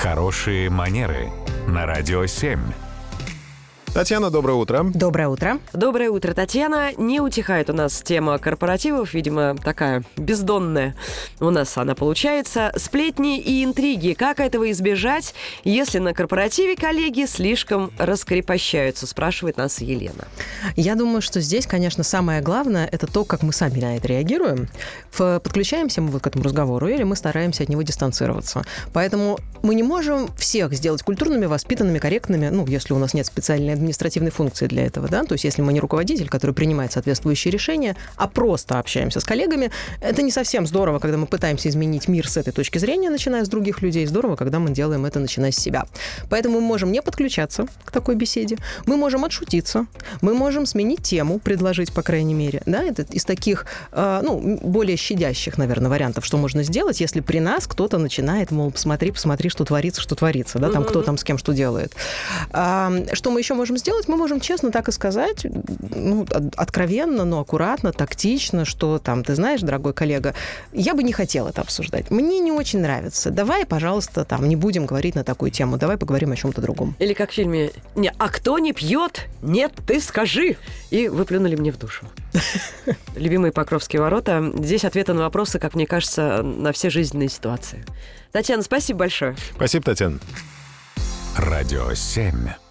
Хорошие манеры на Радио 7. Татьяна, доброе утро. Доброе утро. Доброе утро, Татьяна. Не утихает у нас тема корпоративов, видимо, такая бездонная у нас она получается. Сплетни и интриги. Как этого избежать, если на корпоративе коллеги слишком раскрепощаются, спрашивает нас Елена. Я думаю, что здесь, конечно, самое главное, это то, как мы сами на это реагируем. Подключаемся мы вот к этому разговору, или мы стараемся от него дистанцироваться. Поэтому мы не можем всех сделать культурными, воспитанными, корректными, если у нас нет специальной административной функции для этого, да, то есть если мы не руководитель, который принимает соответствующие решения, а просто общаемся с коллегами, это не совсем здорово, когда мы пытаемся изменить мир с этой точки зрения, начиная с других людей, здорово, когда мы делаем это, начиная с себя. Поэтому мы можем не подключаться к такой беседе, мы можем отшутиться, мы можем сменить тему, предложить, по крайней мере, да, это из таких, более щадящих, наверное, вариантов, что можно сделать, если при нас кто-то начинает, мол, посмотри, что творится, да, там, кто там с кем что делает. Что мы еще можем сделать? Мы можем честно так и сказать, откровенно, но аккуратно, тактично, что там, ты знаешь, дорогой коллега, я бы не хотела это обсуждать. Мне не очень нравится. Давай, пожалуйста, не будем говорить на такую тему. Давай поговорим о чем-то другом. Или как в фильме «А кто не пьет? Нет, ты скажи!» И выплюнули мне в душу. Любимые Покровские ворота. Здесь ответы на вопросы, как мне кажется, на все жизненные ситуации. Татьяна, спасибо большое. Спасибо, Татьяна. Радио 7.